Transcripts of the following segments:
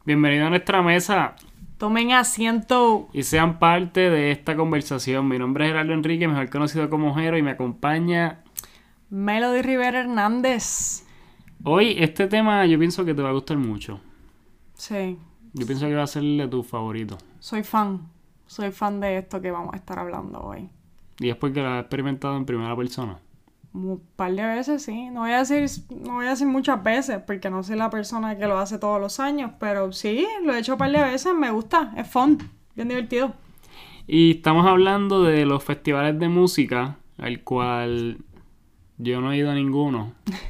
Bienvenido a nuestra mesa Tomen asiento. y sean parte de esta conversación. Mi nombre es Gerardo Enrique, mejor conocido como Jero, y me acompaña. Melody Rivera Hernández. Hoy este tema yo pienso que te va a gustar mucho. Sí, Yo pienso que va a ser de tus favoritos. soy fan. Soy fan de esto que vamos a estar hablando hoy. Y es porque lo has experimentado en primera persona. Un par de veces, sí. No voy a decir muchas veces porque no soy la persona que lo hace todos los años, pero sí, lo he hecho un par de veces, me gusta, es fun, bien divertido. Y estamos hablando de los festivales de música, al cual yo no he ido a ninguno.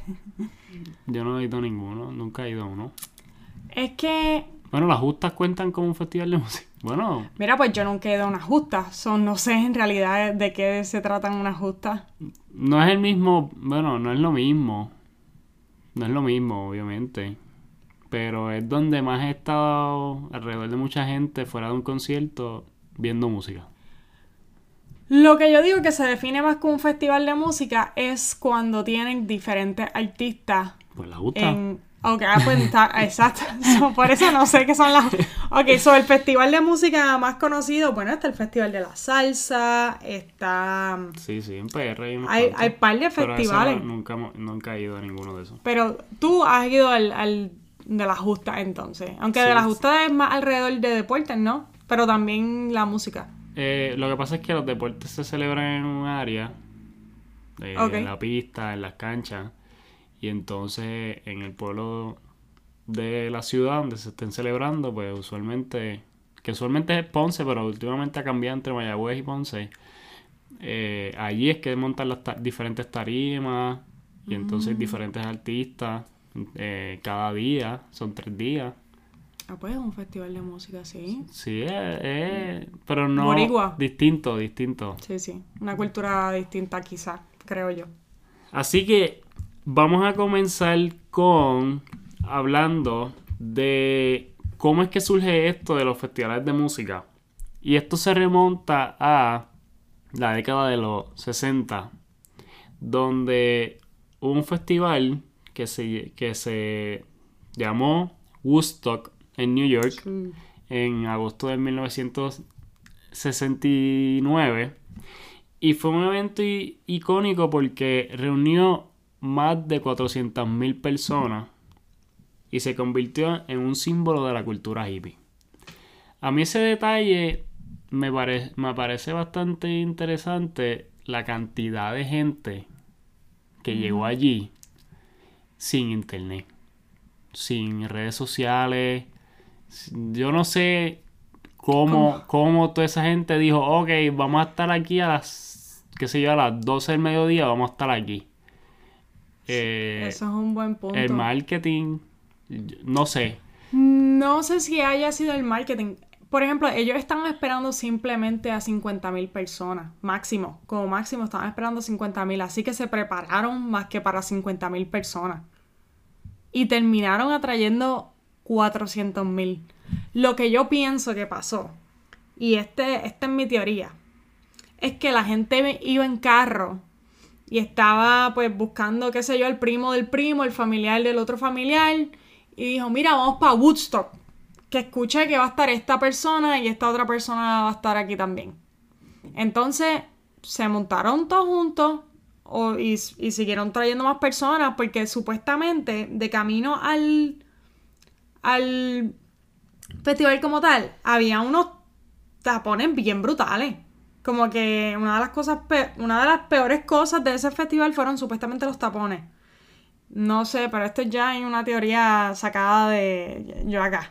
Nunca he ido a uno. Es que, Bueno, las justas cuentan como un festival de música. Bueno, mira, pues yo nunca he ido a una justa. No sé en realidad de qué se tratan unas justas. no es el mismo, bueno, no es lo mismo. No es lo mismo, obviamente. Pero es donde más he estado alrededor de mucha gente fuera de un concierto viendo música. Lo que yo digo que se define más como un festival de música es cuando tienen diferentes artistas Pues la justa. Ok, pues está, exacto. Por eso no sé qué son las... Ok, el festival de música más conocido, bueno, está el Festival de la Salsa, está... Sí, en PR hay unos Hay cuantos. par de Pero festivales. nunca he ido a ninguno de esos. Pero tú has ido al de la justa entonces. Aunque Sí, de la justa es más alrededor de deportes, ¿no? Pero también la música. Lo que pasa es que los deportes se celebran en un área, Ok. en la pista, en las canchas, y entonces en el pueblo de la ciudad donde se estén celebrando, pues usualmente es Ponce, pero últimamente ha cambiado entre Mayagüez y Ponce. Allí es que montan las diferentes tarimas y entonces diferentes artistas cada día, son 3 días. Ah, pues es un festival de música, sí. Sí, pero no Boricua. distinto. Sí. Una cultura distinta quizás, creo yo. Así que vamos a comenzar con hablando de cómo es que surge esto de los festivales de música. Y esto se remonta a la década de los 60, donde hubo un festival que se llamó Woodstock en New York Sí. en agosto de 1969. Y fue un evento icónico porque reunió más de 400,000 personas y se convirtió en un símbolo de la cultura hippie. A mí ese detalle me parece bastante interesante, la cantidad de gente que llegó allí sin internet, sin redes sociales. Yo no sé cómo toda esa gente dijo, ok, vamos a estar aquí a las 12 del mediodía, vamos a estar aquí. Eso es un buen punto. El marketing, no sé. No sé si haya sido el marketing. Por ejemplo, ellos estaban esperando simplemente a 50,000 personas, máximo. Como máximo estaban esperando 50,000, así que se prepararon más que para 50,000 personas. Y terminaron atrayendo 400,000. Lo que yo pienso que pasó, y esta es mi teoría, es que la gente iba en carro y estaba pues buscando, qué sé yo, el primo del primo, el familiar del otro familiar, y dijo, mira, vamos para Woodstock, que escuché que va a estar esta persona y esta otra persona va a estar aquí también. Entonces se montaron todos juntos y siguieron trayendo más personas porque supuestamente de camino al festival como tal había unos tapones bien brutales. Como que una de las peores cosas de ese festival fueron supuestamente los tapones. No sé, pero esto ya es una teoría sacada de yo acá.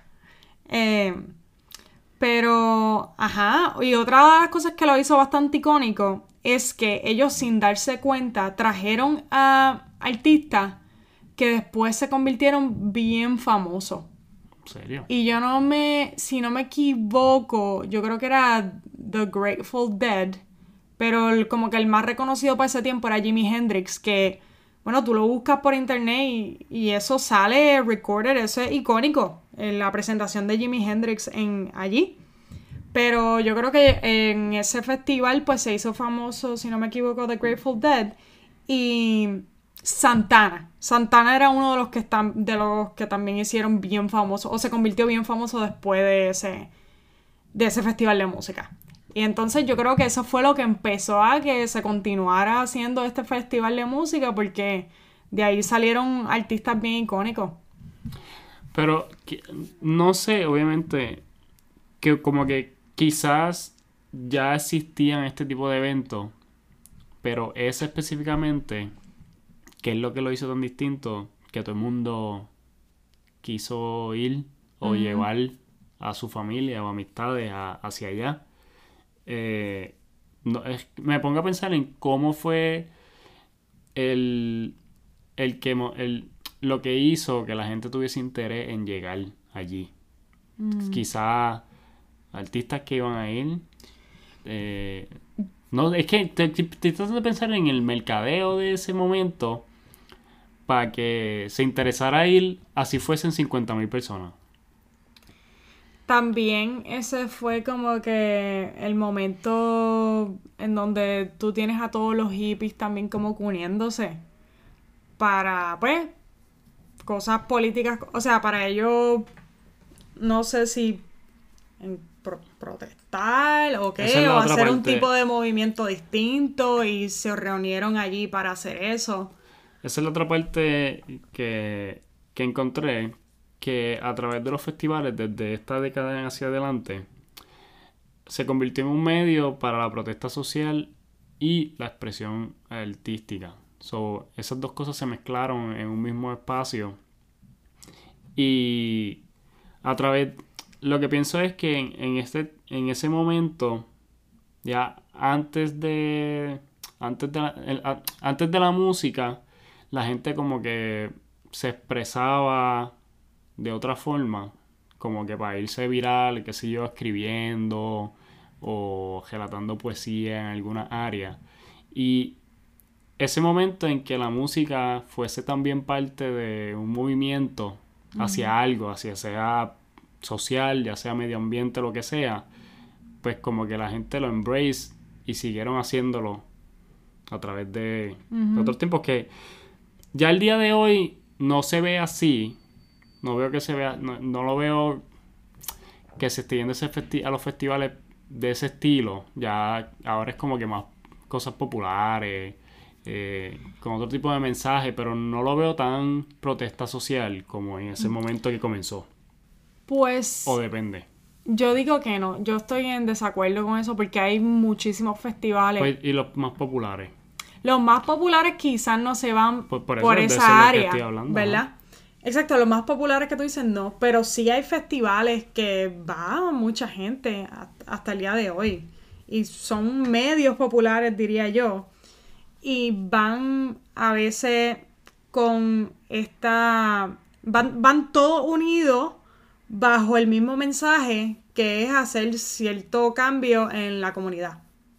Pero, ajá, y otra de las cosas que lo hizo bastante icónico es que ellos sin darse cuenta trajeron a artistas que después se convirtieron bien famosos. ¿En serio? Y si no me equivoco, yo creo que era The Grateful Dead, pero como que el más reconocido para ese tiempo era Jimi Hendrix, que, bueno, tú lo buscas por internet y eso sale recorded, eso es icónico, en la presentación de Jimi Hendrix allí. Pero yo creo que en ese festival pues se hizo famoso, si no me equivoco, The Grateful Dead, y Santana. Santana era uno de los que también hicieron bien famoso, o se convirtió bien famoso después de ese festival de música. Y entonces yo creo que eso fue lo que empezó a que se continuara haciendo este festival de música, porque de ahí salieron artistas bien icónicos. Pero no sé, obviamente, que como que quizás ya existían este tipo de eventos, pero ese específicamente, ¿qué es lo que lo hizo tan distinto? Que todo el mundo quiso ir o llevar a su familia o amistades hacia allá. Me pongo a pensar en cómo fue el, lo que hizo que la gente tuviese interés en llegar allí. Quizás artistas que iban a ir. No, es que te tratas de pensar en el mercadeo de ese momento para que se interesara ir, así fuesen 50,000 personas. También ese fue como que el momento en donde tú tienes a todos los hippies también como uniéndose para, pues, cosas políticas, o sea, para ellos, no sé si protestar o qué, o hacer un tipo de movimiento distinto, y se reunieron allí para hacer eso. Esa es la otra parte que encontré, que a través de los festivales, desde esta década hacia adelante, se convirtió en un medio para la protesta social y la expresión artística. Esas dos cosas se mezclaron en un mismo espacio. Y a través... Lo que pienso es que en ese momento, ya antes de la música, la gente como que se expresaba de otra forma, como que para irse viral, qué sé yo, escribiendo o relatando poesía en alguna área. Y ese momento en que la música fuese también parte de un movimiento hacia algo, hacia sea social, ya sea medio ambiente, lo que sea, pues como que la gente lo embrace y siguieron haciéndolo a través de otros tiempos, que ya el día de hoy no se ve así. No veo que se vea, no lo veo que se esté yendo a los festivales de ese estilo. Ya ahora es como que más cosas populares, con otro tipo de mensaje, pero no lo veo tan protesta social como en ese momento que comenzó. Pues... O depende. Yo digo que no, yo estoy en desacuerdo con eso porque hay muchísimos festivales. Pues, ¿y los más populares? Los más populares quizás no se van por esa área, estoy hablando, ¿verdad? ¿No? Exacto, los más populares que tú dices no, pero sí hay festivales que va mucha gente hasta el día de hoy. Y son medios populares, diría yo. Y van a veces con esta... Van todos unidos bajo el mismo mensaje, que es hacer cierto cambio en la comunidad.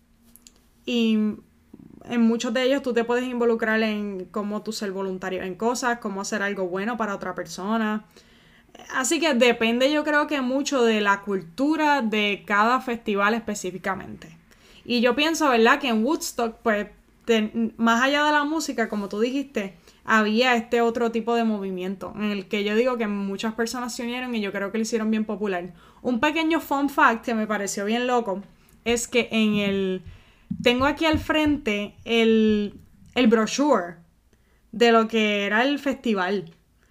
Y en muchos de ellos tú te puedes involucrar en cómo tú ser voluntario en cosas, cómo hacer algo bueno para otra persona. Así que depende, yo creo que mucho de la cultura de cada festival específicamente. Y yo pienso, ¿verdad?, que en Woodstock, pues, más allá de la música, como tú dijiste, había este otro tipo de movimiento en el que yo digo que muchas personas se unieron y yo creo que lo hicieron bien popular. Un pequeño fun fact que me pareció bien loco es que tengo aquí al frente el brochure de lo que era el festival.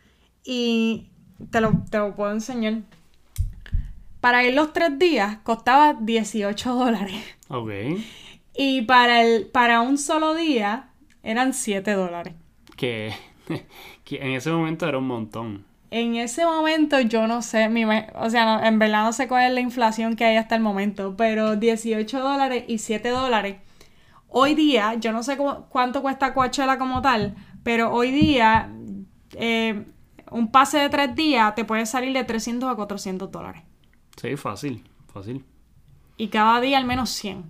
Y te lo puedo enseñar. Para ir los 3 días costaba $18. Ok. Y para un solo día eran $7. Que en ese momento era un montón. En ese momento yo no sé, o sea, no, en verdad no sé cuál es la inflación que hay hasta el momento, pero $18 y $7. Hoy día, yo no sé cuánto cuesta Coachella como tal, pero hoy día un pase de 3 días te puede salir de $300 a $400. Sí, fácil. Y cada día al menos 100.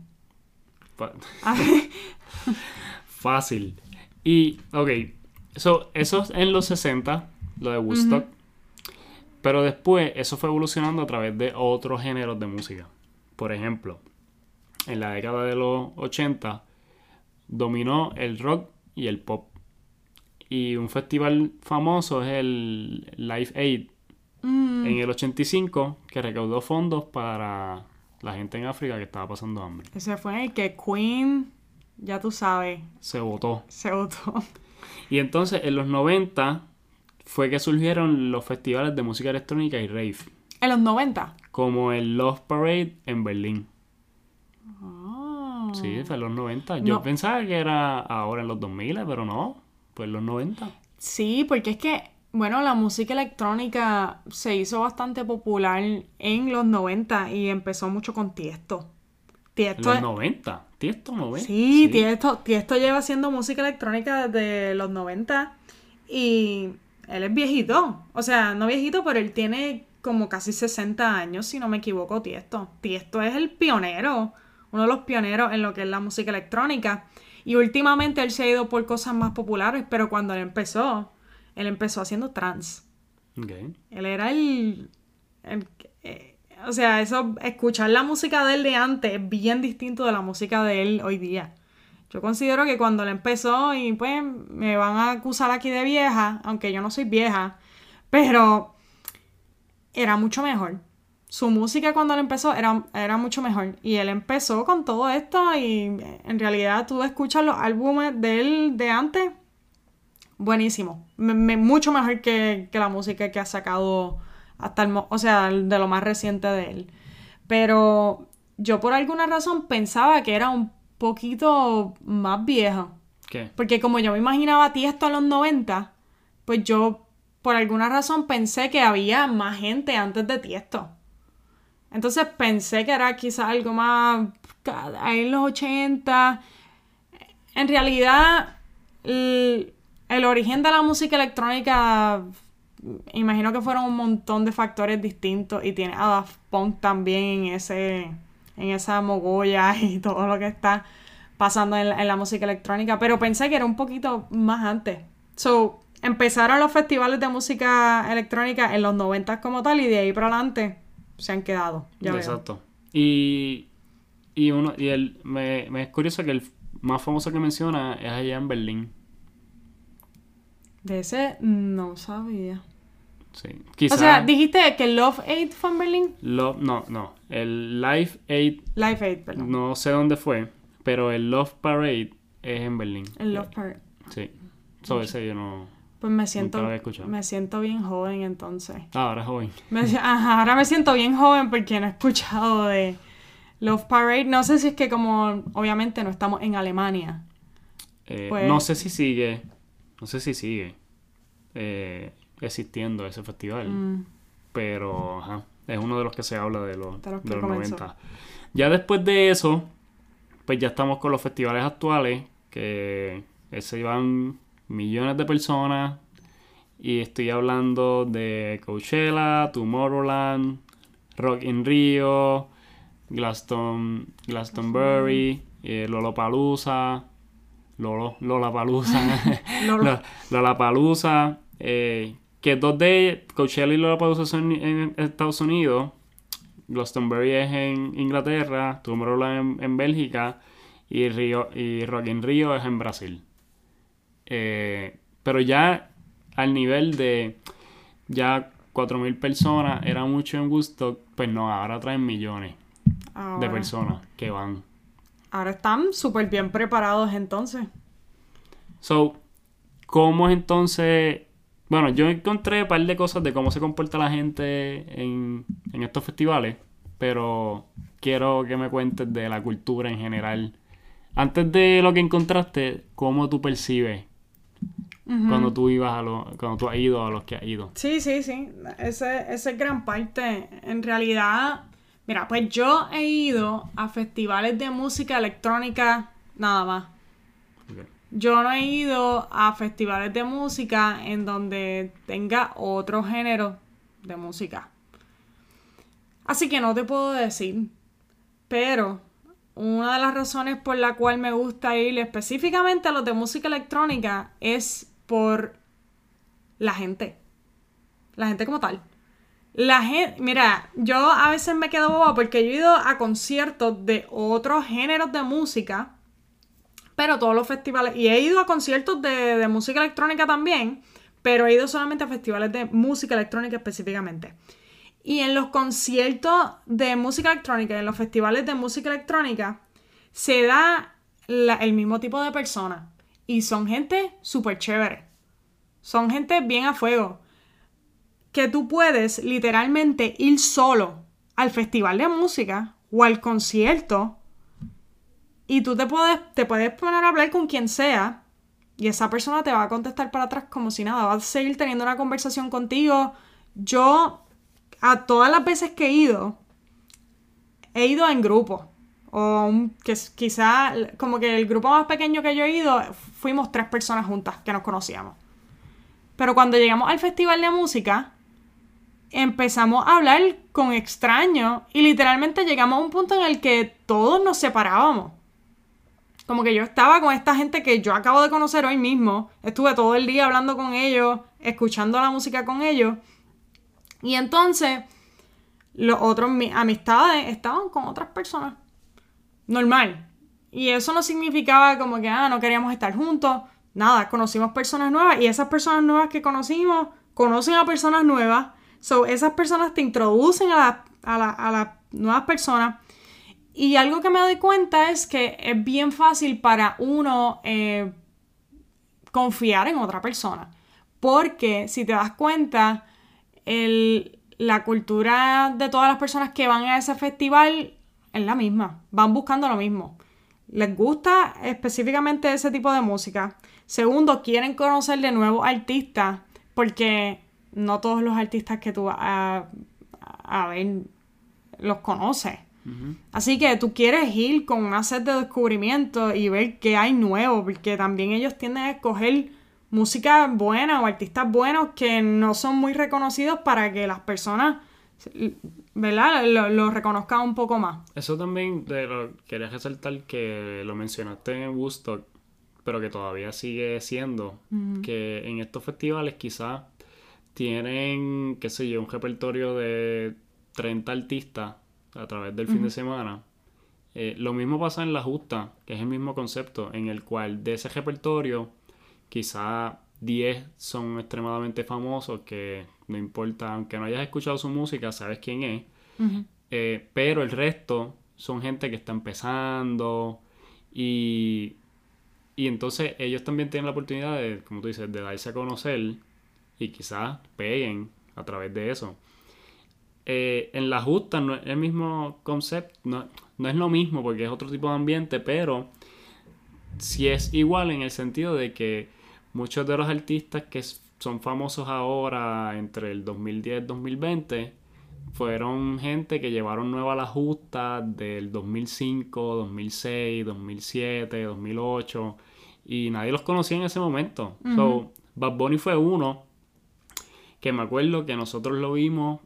Fácil. Y, ok, eso es en los 60, lo de Woodstock. Pero después eso fue evolucionando a través de otros géneros de música. Por ejemplo, en la década de los 80 dominó el rock y el pop. Y un festival famoso es el Live Aid en el 85, que recaudó fondos para la gente en África que estaba pasando hambre. Ese fue el que Queen, ya tú sabes, Se votó. se votó. Y entonces en los 90 fue que surgieron los festivales de música electrónica y rave, En los 90. como el Love Parade en Berlín. Ah. Sí, fue en los 90. Yo No. pensaba que era ahora en los 2000, pero no, fue en los 90. Sí, porque es que, bueno, la música electrónica se hizo bastante popular en los 90 y empezó mucho con Tiesto. En Tiesto los es- 90. Tiesto 90. Sí, Tiesto lleva haciendo música electrónica desde los 90 y él es viejito. O sea, no viejito, pero él tiene como casi 60 años, si no me equivoco, Tiesto. Tiesto es el pionero, uno de los pioneros en lo que es la música electrónica. Y últimamente él se ha ido por cosas más populares, pero cuando él empezó haciendo trance. Ok. Él era o sea, escuchar la música de él de antes es bien distinto de la música de él hoy día. Yo considero que cuando él empezó, y pues me van a acusar aquí de vieja, aunque yo no soy vieja, pero era mucho mejor. Su música cuando él empezó era mucho mejor. Y él empezó con todo esto y en realidad tú escuchas los álbumes de él de antes, buenísimo. Mucho mejor que la música que ha sacado hasta o sea, de lo más reciente de él. Pero yo por alguna razón pensaba que era un poquito más viejo. ¿Qué? Porque como yo me imaginaba a Tiesto en los 90, pues yo por alguna razón pensé que había más gente antes de Tiesto. Entonces pensé que era quizás algo más ahí en los 80. En realidad, el origen de la música electrónica, imagino que fueron un montón de factores distintos y tiene a Daft Punk también en esa mogolla y todo lo que está pasando en la música electrónica, pero pensé que era un poquito más antes. So, empezaron los festivales de música electrónica en los 90 como tal y de ahí para adelante se han quedado. Ya veo. Exacto. Me es curioso que el más famoso que menciona es allá en Berlín. De ese no sabía. Sí. O Quizás sea, dijiste que Love 8 fue en Berlín. no. El Live Aid, Live 8, perdón. no sé dónde fue, pero el Love Parade es en Berlín. El Love Parade. Sí. Sobre ese yo no... Pues me Nunca lo había escuchado. siento bien joven entonces. Ahora es joven. Ahora me siento bien joven porque no he escuchado de Love Parade. No sé si es que como obviamente no estamos en Alemania. Pues- No sé si sigue existiendo ese festival. Pero ajá, es uno de los que se habla de los De los que 90. Ya después de eso, pues ya estamos con los festivales actuales, que se llevan millones de personas. Y estoy hablando de Coachella, Tomorrowland, Rock in Rio, Glastonbury, Lollapalooza, Lollapalooza, que dos de Coachella y Lollapalooza son en Estados Unidos, Glastonbury es en Inglaterra, Tomorrowland en Bélgica y Rock in Rio es en Brasil. Pero ya al nivel de ya 4.000 personas era mucho en Woodstock, pues no, ahora traen millones de Ahora, personas que van. ahora están súper bien preparados entonces. So, ¿cómo es entonces? Bueno, yo encontré un par de cosas de cómo se comporta la gente en estos festivales, pero quiero que me cuentes de la cultura en general. Antes de lo que encontraste, ¿cómo tú percibes cuando tú cuando tú has ido a los que has ido? Sí. Esa es gran parte. En realidad, mira, pues yo he ido a festivales de música electrónica nada más. Okay. Yo no he ido a festivales de música en donde tenga otro género de música. Así que no te puedo decir. Pero una de las razones por la cual me gusta ir específicamente a los de música electrónica es por la gente. La gente como tal. La gente, mira, yo a veces me quedo boba porque yo he ido a conciertos de otros géneros de música, Pero todos los festivales, y he ido a conciertos de música electrónica también, pero he ido solamente a festivales de música electrónica específicamente. Y en los conciertos de música electrónica, en los festivales de música electrónica, se da el mismo tipo de personas. Y son gente súper chévere. Son gente bien a fuego. Que tú puedes literalmente ir solo al festival de música o al concierto y tú te puedes poner a hablar con quien sea y esa persona te va a contestar para atrás como si nada. Va a seguir teniendo una conversación contigo. Yo, a todas las veces que he ido en grupo. O que quizá, como que el grupo más pequeño que yo he ido, fuimos 3 personas juntas que nos conocíamos. Pero cuando llegamos al festival de música, empezamos a hablar con extraños y literalmente llegamos a un punto en el que todos nos separábamos. Como que yo estaba con esta gente que yo acabo de conocer hoy mismo. Estuve todo el día hablando con ellos, escuchando la música con ellos. Y entonces, los otros, mis amistades, estaban con otras personas. Normal. Y eso no significaba como que, no queríamos estar juntos. Nada, conocimos personas nuevas. Y esas personas nuevas que conocimos, conocen a personas nuevas. So, esas personas te introducen a las nuevas personas. Y algo que me doy cuenta es que es bien fácil para uno confiar en otra persona. Porque si te das cuenta, la cultura de todas las personas que van a ese festival es la misma. Van buscando lo mismo. Les gusta específicamente ese tipo de música. Segundo, quieren conocer de nuevos artistas. Porque no todos los artistas que tú vas a ver los conoces. Uh-huh. Así que tú quieres ir con una sed de descubrimiento y ver qué hay nuevo, porque también ellos tienden a escoger música buena o artistas buenos que no son muy reconocidos para que las personas, ¿verdad?, lo reconozcan un poco más. Eso también quería resaltar que lo mencionaste en Woodstock, pero que todavía sigue siendo, uh-huh, que en estos festivales quizás tienen, qué sé yo, un repertorio de 30 artistas a través del fin de semana. Lo mismo pasa en la justa, que es el mismo concepto, en el cual de ese repertorio quizá 10 son extremadamente famosos, que no importa, aunque no hayas escuchado su música, sabes quién es. Uh-huh. Pero el resto son gente que está empezando y entonces ellos también tienen la oportunidad de, como tú dices, de darse a conocer y quizás peguen a través de eso. En la justa no es el mismo concepto, no es lo mismo porque es otro tipo de ambiente, pero sí es igual en el sentido de que muchos de los artistas que son famosos ahora entre el 2010 y 2020 fueron gente que llevaron nueva la justa del 2005, 2006, 2007, 2008 y nadie los conocía en ese momento. Uh-huh. So, Bad Bunny fue uno que me acuerdo que nosotros lo vimos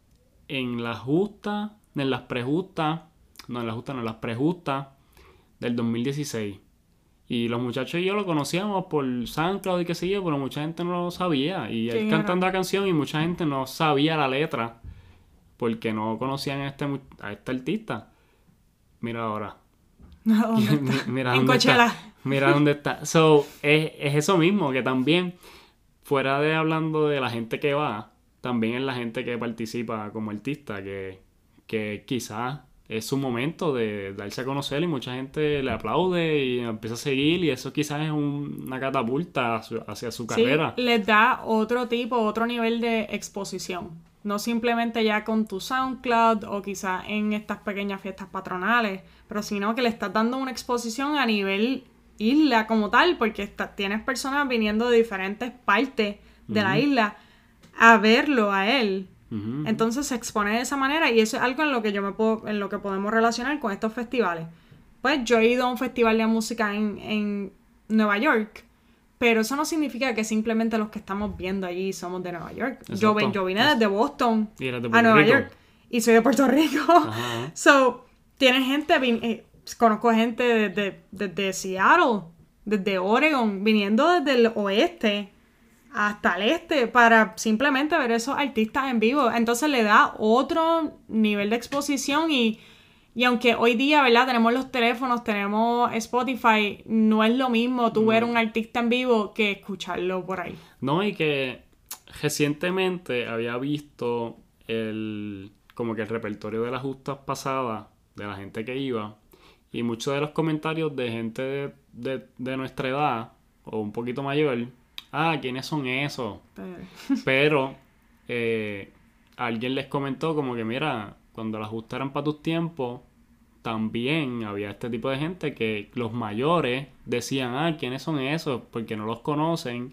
en las justas, en las prejustas, no en las justas, no en las prejustas del 2016. Y los muchachos y yo lo conocíamos por SoundCloud y qué sé yo, pero mucha gente no lo sabía. Y él cantando la canción y mucha gente no sabía la letra porque no conocían a este artista. Mira ahora. No, mira en dónde Coachella. está. Mira dónde está. So, es eso mismo, que también, fuera de hablando de la gente que va, también es la gente que participa como artista, que quizás es su momento de darse a conocer y mucha gente le aplaude y empieza a seguir y eso quizás es una catapulta hacia su carrera. Sí, les da otro nivel de exposición. No simplemente ya con tu SoundCloud o quizás en estas pequeñas fiestas patronales, pero sino que le estás dando una exposición a nivel isla como tal, porque tienes personas viniendo de diferentes partes de la isla a verlo a él. Uh-huh. Entonces se expone de esa manera y eso es algo en lo que podemos relacionar con estos festivales. Pues yo he ido a un festival de música en Nueva York, pero eso no significa que simplemente los que estamos viendo allí somos de Nueva York. Yo vine desde Boston a Nueva York y soy de Puerto Rico. Uh-huh. So, tienes gente, conozco gente desde Seattle, desde Oregon, viniendo desde el oeste hasta el este para simplemente ver esos artistas en vivo. Entonces le da otro nivel de exposición y Y aunque hoy día, ¿verdad? Tenemos los teléfonos, tenemos Spotify, no es lo mismo tú ver un artista en vivo que escucharlo por ahí. No, y que recientemente había visto como que el repertorio de las justas pasadas de la gente que iba, y muchos de los comentarios de gente de nuestra edad o un poquito mayor, ¿quiénes son esos? Pero alguien les comentó como que mira, cuando las justas eran para tus tiempos, también había este tipo de gente que los mayores decían, ¿quiénes son esos? Porque no los conocen.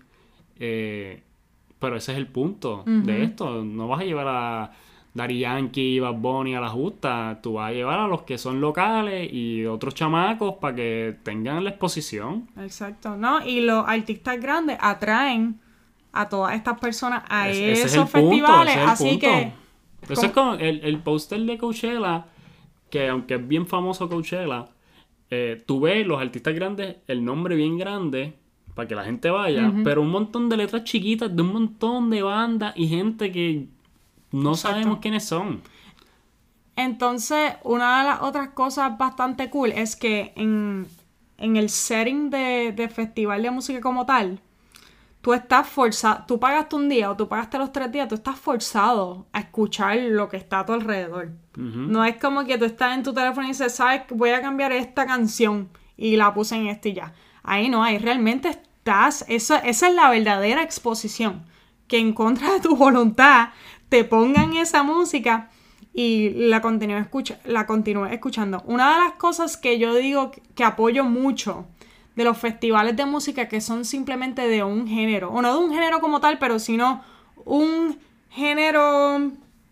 Pero ese es el punto de esto. No vas a llevar a Daddy Yankee y Bad Bunny a la justa. Tú vas a llevar a los que son locales y otros chamacos para que tengan la exposición. Exacto, ¿no? Y los artistas grandes atraen a todas estas personas a Ese esos festivales. Así que... Eso es como el póster de Coachella, que aunque es bien famoso Coachella, tú ves los artistas grandes, el nombre bien grande, para que la gente vaya, pero un montón de letras chiquitas de un montón de bandas y gente que no sabemos quiénes son. Entonces, una de las otras cosas bastante cool es que en el setting de festival de música como tal, tú estás forzado, tú pagaste un día o tú pagaste los 3 días, tú estás forzado a escuchar lo que está a tu alrededor. No es como que tú estás en tu teléfono y dices, ¿sabes? Voy a cambiar esta canción y la puse en este y ya. Ahí no, ahí realmente estás, esa es la verdadera exposición, que en contra de tu voluntad te pongan esa música y la continúes escuchando. Una de las cosas que yo digo que apoyo mucho de los festivales de música que son simplemente de un género, o no de un género como tal, pero sino un género,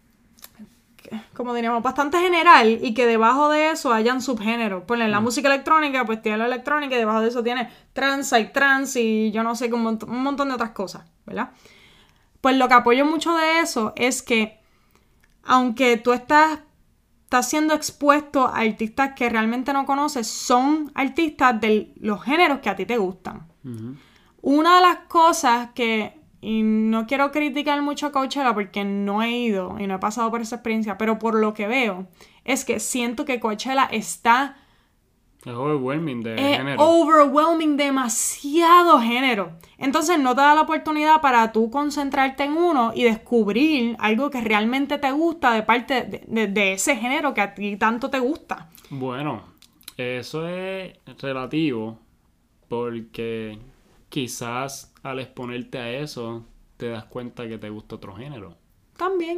como diríamos, bastante general, y que debajo de eso hayan subgéneros. Pues en la música electrónica, pues tiene la electrónica y debajo de eso tiene trance y yo no sé, un montón de otras cosas, ¿verdad? Pues lo que apoyo mucho de eso es que aunque tú estás siendo expuesto a artistas que realmente no conoces, son artistas de los géneros que a ti te gustan. Una de las cosas que, y no quiero criticar mucho a Coachella porque no he ido y no he pasado por esa experiencia, pero por lo que veo, es que siento que Coachella está... Es overwhelming de género. Overwhelming, demasiado género. Entonces no te da la oportunidad para tú concentrarte en uno y descubrir algo que realmente te gusta de parte de ese género que a ti tanto te gusta. Bueno, eso es relativo porque quizás al exponerte a eso te das cuenta que te gusta otro género. También.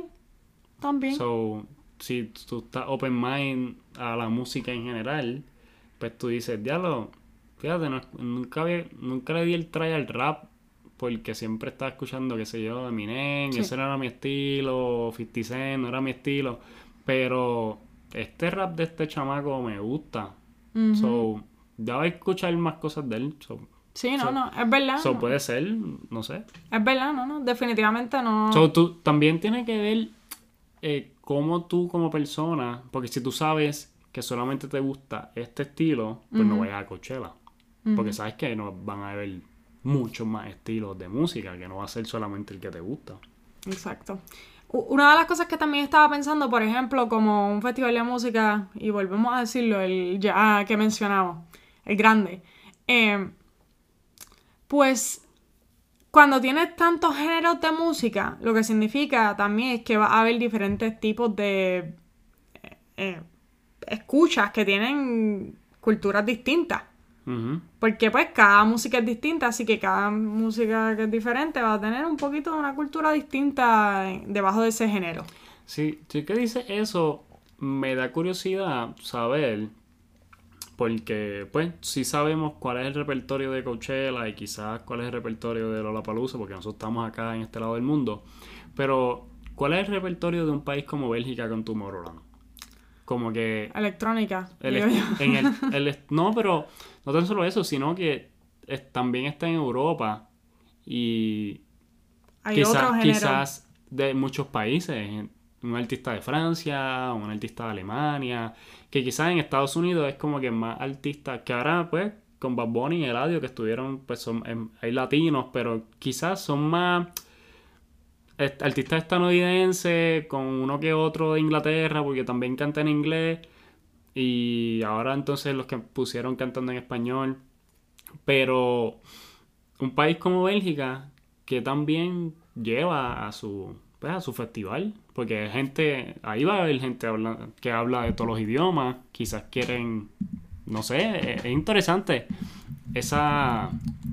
So, si tú estás open mind a la música en general, pues tú dices, diablo, fíjate, nunca le di el try al rap porque siempre estaba escuchando, qué sé yo, Eminem, y ese no era mi estilo, 50 Cent no era mi estilo, pero este rap de este chamaco me gusta. So, ya voy a escuchar más cosas de él. Sí, no, es verdad. So, puede ser, no sé. Es verdad, no, definitivamente no. So, tú también tienes que ver cómo tú como persona, porque si tú sabes que solamente te gusta este estilo, pues no vayas a Coachella. Porque sabes que no van a haber muchos más estilos de música, que no va a ser solamente el que te gusta. Exacto. Una de las cosas que también estaba pensando, por ejemplo, como un festival de música, y volvemos a decirlo, el ya que mencionamos, el grande, pues cuando tienes tantos géneros de música, lo que significa también es que va a haber diferentes tipos de escuchas que tienen culturas distintas. Porque pues cada música es distinta, así que cada música que es diferente va a tener un poquito de una cultura distinta debajo de ese género. Sí, sí que dice eso, me da curiosidad saber, porque pues sí sabemos cuál es el repertorio de Coachella y quizás cuál es el repertorio de Lollapalooza, porque nosotros estamos acá en este lado del mundo, pero ¿cuál es el repertorio de un país como Bélgica con Tomorrowland? Como que... Electrónica. No, pero no tan solo eso, sino que también está en Europa y hay otro género. Quizás de muchos países, un artista de Francia, un artista de Alemania, que quizás en Estados Unidos es como que más artistas, que ahora pues con Bad Bunny y Eladio que estuvieron, pues hay latinos, pero quizás son más... artistas estadounidenses con uno que otro de Inglaterra porque también canta en inglés, Y ahora entonces los que pusieron cantando en español. Pero un país como Bélgica que también lleva a su festival. Porque hay gente, ahí va a haber gente que habla de todos los idiomas. Quizás quieren, no sé, es interesante. Esa,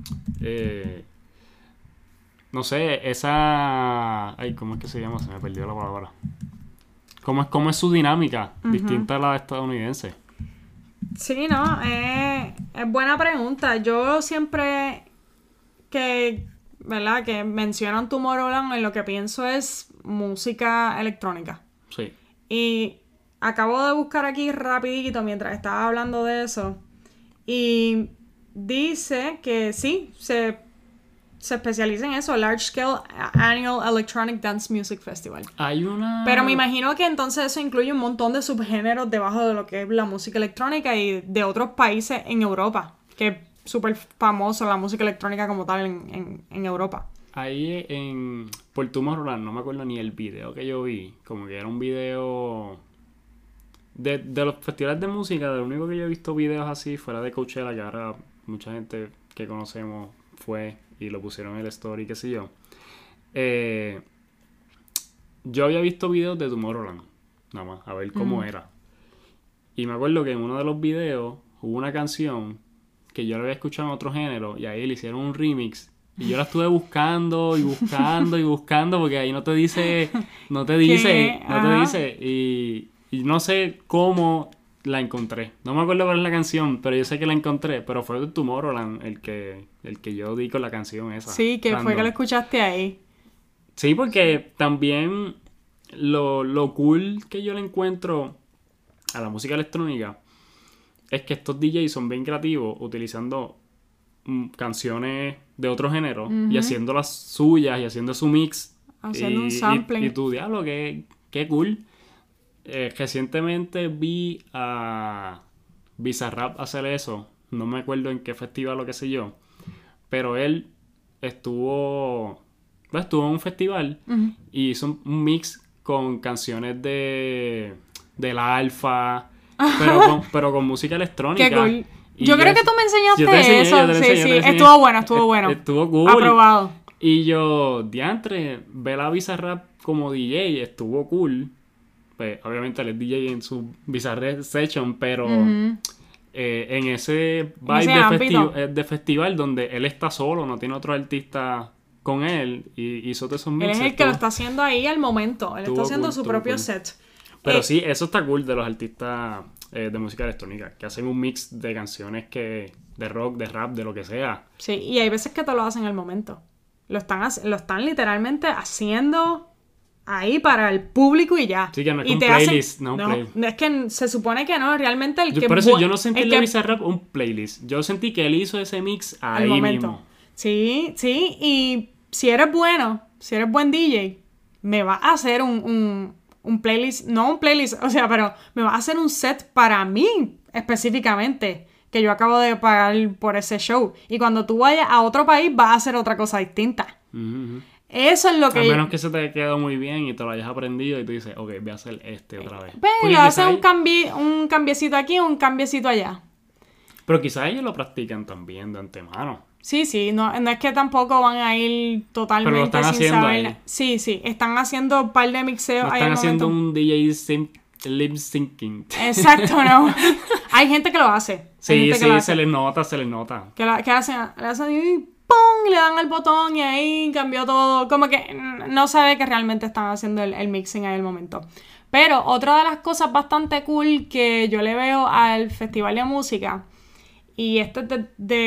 no sé, ay, ¿cómo es que se llama? Se me perdió la palabra. ¿Cómo es su dinámica? Distinta a la estadounidense. Sí, no, es buena pregunta. Yo siempre ¿verdad? Que mencionan Tomorrowland, en lo que pienso es música electrónica. Sí. Y acabo de buscar aquí rapidito mientras estaba hablando de eso. Y dice que sí, se especializa en eso, Large Scale Annual Electronic Dance Music Festival. Pero me imagino que entonces eso incluye un montón de subgéneros debajo de lo que es la música electrónica y de otros países en Europa, que es súper famosa la música electrónica como tal en Europa. Ahí por Tomorrowland, no me acuerdo ni el video que yo vi, como que era un video de los festivales de música, de lo único que yo he visto videos así fuera de Coachella, que ahora mucha gente que conocemos fue y lo pusieron en el story, qué sé yo. Yo había visto videos de Tomorrowland, nada más, a ver cómo era. Y me acuerdo que en uno de los videos hubo una canción que yo la había escuchado en otro género y ahí le hicieron un remix. Y yo la estuve buscando y buscando y buscando porque ahí no te dice. Y no sé cómo la encontré. No me acuerdo cuál es la canción, pero yo sé que la encontré. Pero fue de Tomorrowland el que yo di con la canción esa. Sí, que fue que la escuchaste ahí. Sí, porque también lo cool que yo le encuentro a la música electrónica es que estos DJs son bien creativos utilizando canciones de otro género y haciendo las suyas y haciendo su mix. Haciendo un sampling. Y tu diablo, qué cool. Recientemente vi a Bizarrap hacer eso. No me acuerdo en qué festival o qué sé yo. Pero él estuvo en un festival y hizo un mix con canciones del Alfa, pero con música electrónica. Qué cool. Yo creo que tú me enseñaste eso. Sí, estuvo bueno. Estuvo cool. Aprobado. Y yo, diantre, ver a Bizarrap como DJ estuvo cool. Pues, obviamente él es DJ en su Bizarrap Session, pero en ese vibe de festival donde él está solo, no tiene otro artista con él, y hizo todos esos mixes. Él es el que lo está haciendo ahí al momento. Él está haciendo su propio set. Pero sí, eso está cool de los artistas de música electrónica, que hacen un mix de canciones de rock, de rap, de lo que sea. Sí, y hay veces que te lo hacen al momento. Lo están literalmente haciendo ahí para el público y ya. Sí, que no es un playlist, es que se supone que no, realmente por eso yo no sentí en la Bizarrap un playlist. Yo sentí que él hizo ese mix ahí mismo. Sí, y si eres buen DJ, me va a hacer un playlist, no un playlist, o sea, pero me va a hacer un set para mí específicamente, que yo acabo de pagar por ese show. Y cuando tú vayas a otro país, vas a hacer otra cosa distinta. Eso es lo que... A menos que se te haya quedado muy bien y te lo hayas aprendido y tú dices, ok, voy a hacer otra vez. Pero haces un cambiecito aquí, un cambiecito allá. Pero quizás ellos lo practican también de antemano. Sí, no es que tampoco van a ir totalmente pero lo están sin haciendo saber. Ahí. Sí, están haciendo un par de mixeos ahí. Están haciendo un DJ lip syncing. Exacto, no. Hay gente que lo hace. Sí, se les nota. Que hacen y ¡pum! Le dan el botón y ahí cambió todo. Como que no sabe que realmente están haciendo el mixing ahí al momento. Pero otra de las cosas bastante cool que yo le veo al Festival de Música, y esto es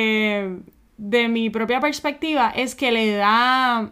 de mi propia perspectiva, es que le da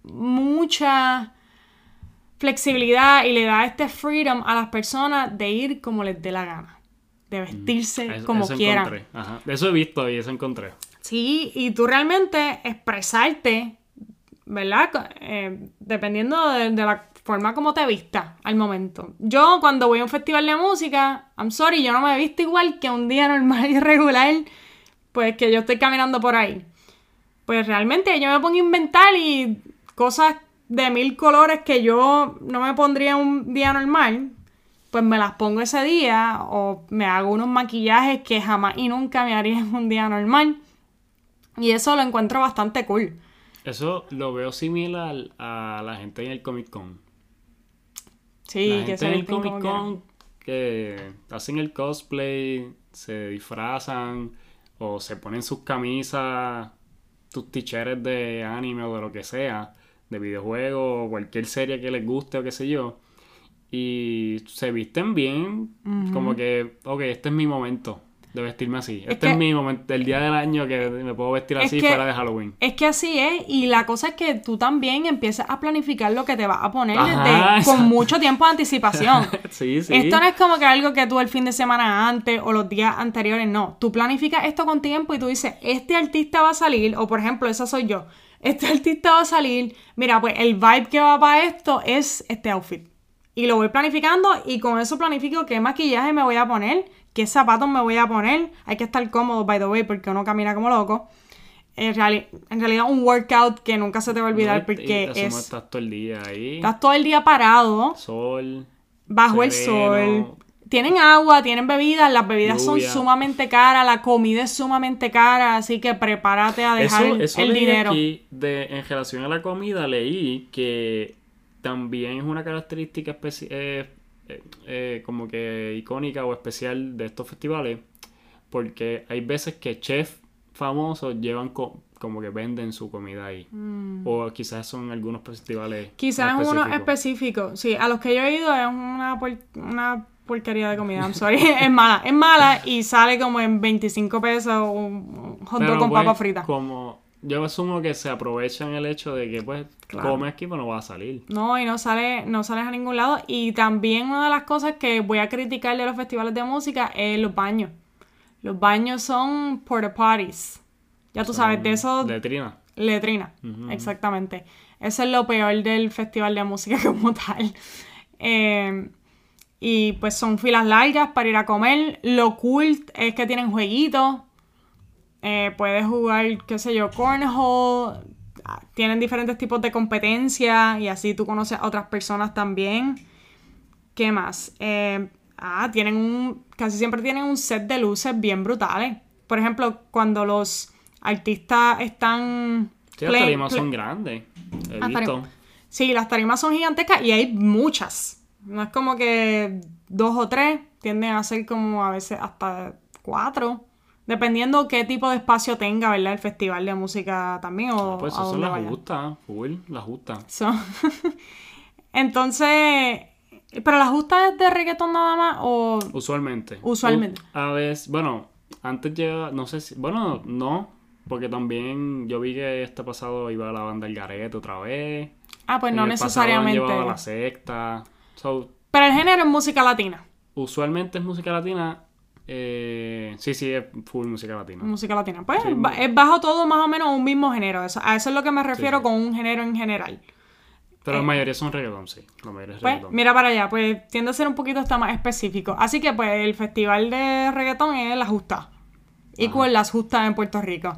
mucha flexibilidad y le da freedom a las personas de ir como les dé la gana, de vestirse como quieran. Ajá. Eso he visto y eso encontré. Sí, y tú realmente expresarte, ¿verdad? Dependiendo de la forma como te vistas al momento. Yo cuando voy a un festival de música, I'm sorry, yo no me visto igual que un día normal y regular, pues que yo estoy caminando por ahí. Pues realmente yo me pongo a inventar y cosas de 1000 colores que yo no me pondría un día normal. pues me las pongo ese día o me hago unos maquillajes que jamás y nunca me haría en un día normal. Y eso lo encuentro bastante cool. Eso lo veo similar a la gente en el Comic Con. Sí, la que gente se en el visten como Comic Con que hacen el cosplay, se disfrazan o se ponen sus camisas, sus t-shirts de anime o de lo que sea, de videojuegos o cualquier serie que les guste o qué sé yo. Y se visten bien, como que, ok, este es mi momento de vestirme así. Este es mi momento, el día del año que me puedo vestir así fuera de Halloween. Es que así es, y la cosa es que tú también empiezas a planificar lo que te vas a poner con mucho tiempo de anticipación. Sí. Esto no es como que algo que tú el fin de semana antes o los días anteriores, no. Tú planificas esto con tiempo y tú dices, este artista va a salir, o por ejemplo, esa soy yo. Este artista va a salir, mira, pues el vibe que va para esto es este outfit. Y lo voy planificando y con eso planifico qué maquillaje me voy a poner, qué zapatos me voy a poner. Hay que estar cómodo, by the way, porque uno camina como loco. En realidad un workout que nunca se te va a olvidar porque estás todo el día ahí. Estás todo el día parado. Sol. Bajo el sol. Tienen agua, tienen bebidas. Las bebidas son sumamente caras. La comida es sumamente cara. Así que prepárate a dejar el dinero. Aquí en relación a la comida leí que también es una característica como que icónica o especial de estos festivales, porque hay veces que chefs famosos llevan como que venden su comida ahí. O quizás son algunos festivales quizás es uno específico. Sí, a los que yo he ido es una porquería de comida, I'm sorry. Es mala y sale como en 25 pesos un hot dog con papa frita. Yo asumo que se aprovechan el hecho de que, pues, comes aquí, pero no va a salir. No, y no sales a ningún lado. Y también una de las cosas que voy a criticar de los festivales de música es los baños. Los baños son porta potties. Ya tú sabes, de eso... Letrina, exactamente. Eso es lo peor del festival de música como tal. Y pues son filas largas para ir a comer. Lo cool es que tienen jueguitos. Puedes jugar, qué sé yo, cornhole. Tienen diferentes tipos de competencias y así tú conoces a otras personas también. ¿Qué más? Casi siempre tienen un set de luces bien brutales. Por ejemplo, cuando los artistas están... Sí, las tarimas son grandes. He visto. Sí, las tarimas son gigantescas y hay muchas. No es como que 2 o 3. Tienden a ser como a veces hasta 4. Dependiendo qué tipo de espacio tenga, ¿verdad? El festival de música también o pues eso las justas, las justas. Entonces, ¿pero las justas es de reggaetón nada más o...? Usualmente. A veces, bueno, antes llegaba, no sé si... Bueno, no, porque también yo vi que este pasado iba la banda El Garete otra vez. Pues no necesariamente. Han llevado La Secta. Pero el género es música latina. Usualmente es música latina... sí, es full música latina. Música latina. Pues sí, es bajo todo más o menos un mismo género. A eso es lo que me refiero con un género en general. Pero la mayoría son reggaetón, sí. La mayoría es reggaetón. Mira para allá, pues tiende a ser un poquito hasta más específico. Así que pues el festival de reggaetón es La Justa. Y con Las Justas en Puerto Rico.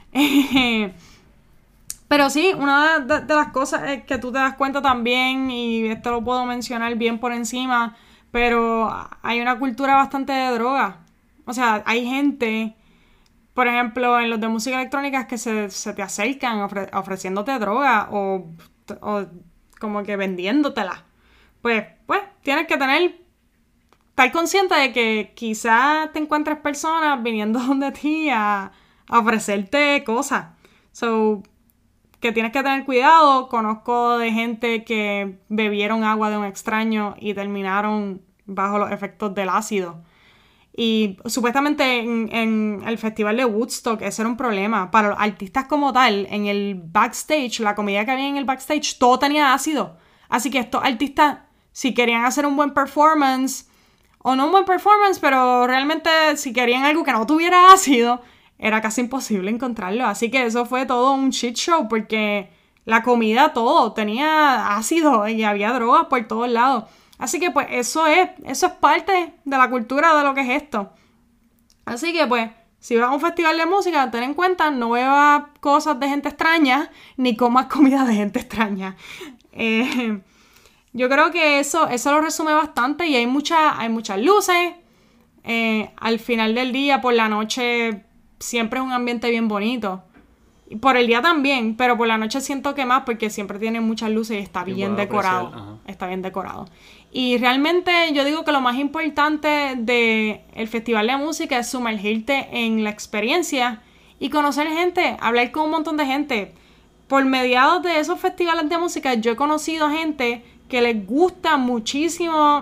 Pero sí, una de las cosas es que tú te das cuenta también, y esto lo puedo mencionar bien por encima, pero hay una cultura bastante de droga. O sea, hay gente, por ejemplo, en los de música electrónica que se te acercan ofreciéndote droga o como que vendiéndotela. Pues, tienes que estar consciente de que quizás te encuentres personas viniendo donde ti a ofrecerte cosas. So, que tienes que tener cuidado. Conozco de gente que bebieron agua de un extraño y terminaron bajo los efectos del ácido. Y supuestamente en el festival de Woodstock ese era un problema. Para los artistas como tal, en el backstage, la comida que había en el backstage, todo tenía ácido. Así que estos artistas, si querían hacer un buen performance, o no un buen performance, pero realmente si querían algo que no tuviera ácido, era casi imposible encontrarlo. Así que eso fue todo un shit show, porque la comida, todo, tenía ácido y había drogas por todos lados. Así que pues eso es parte de la cultura de lo que es esto. Así que pues, si vas a un festival de música, ten en cuenta, no bebas cosas de gente extraña, ni comas comida de gente extraña. Yo creo que eso lo resume bastante y hay muchas luces. Al final del día, por la noche, siempre es un ambiente bien bonito. Y por el día también, pero por la noche siento que más porque siempre tiene muchas luces y está bien decorado. Está bien decorado. Y realmente yo digo que lo más importante del Festival de Música es sumergirte en la experiencia y conocer gente, hablar con un montón de gente. Por mediados de esos festivales de música yo he conocido gente que les gusta muchísimo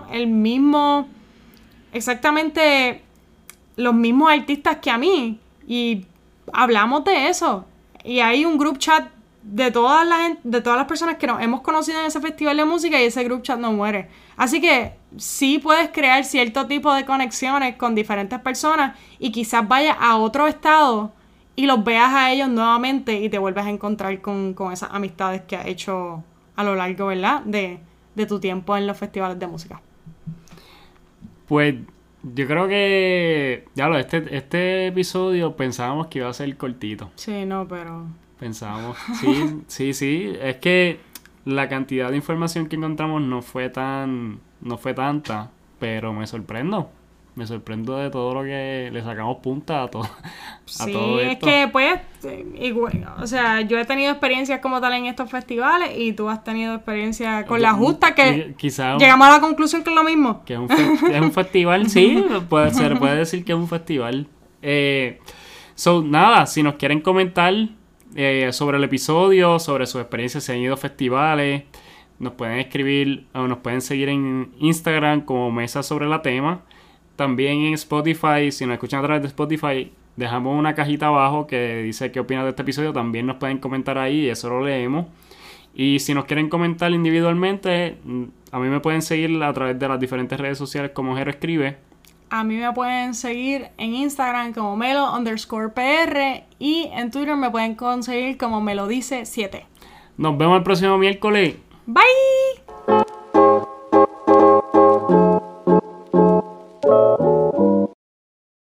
exactamente los mismos artistas que a mí. Y hablamos de eso. Y hay un group chat de todas las personas que nos hemos conocido en ese festival de música y ese group chat no muere. Así que sí puedes crear cierto tipo de conexiones con diferentes personas y quizás vayas a otro estado y los veas a ellos nuevamente y te vuelves a encontrar con esas amistades que has hecho a lo largo, ¿verdad? De tu tiempo en los festivales de música. Pues yo creo que este episodio pensábamos que iba a ser cortito. Sí, no, pero... Pensábamos, sí. Es que la cantidad de información que encontramos no fue tanta, pero me sorprendo de todo lo que le sacamos punta a todo esto. Es que pues, o sea, yo he tenido experiencias como tal en estos festivales y tú has tenido experiencia con la justa que quizás llegamos a la conclusión que es lo mismo. Que es un festival, sí, puede decir que es un festival. Nada, si nos quieren comentar sobre el episodio, sobre sus experiencias, si han ido a festivales, nos pueden escribir o nos pueden seguir en Instagram como Mesa sobre la Tema. También en Spotify, si nos escuchan a través de Spotify, dejamos una cajita abajo que dice qué opinan de este episodio. También nos pueden comentar ahí y eso lo leemos. Y si nos quieren comentar individualmente, a mí me pueden seguir a través de las diferentes redes sociales como Jero Escribe. A mí me pueden seguir en Instagram como Melo_PR y en Twitter me pueden conseguir como Melodice7. Nos vemos el próximo miércoles. Bye.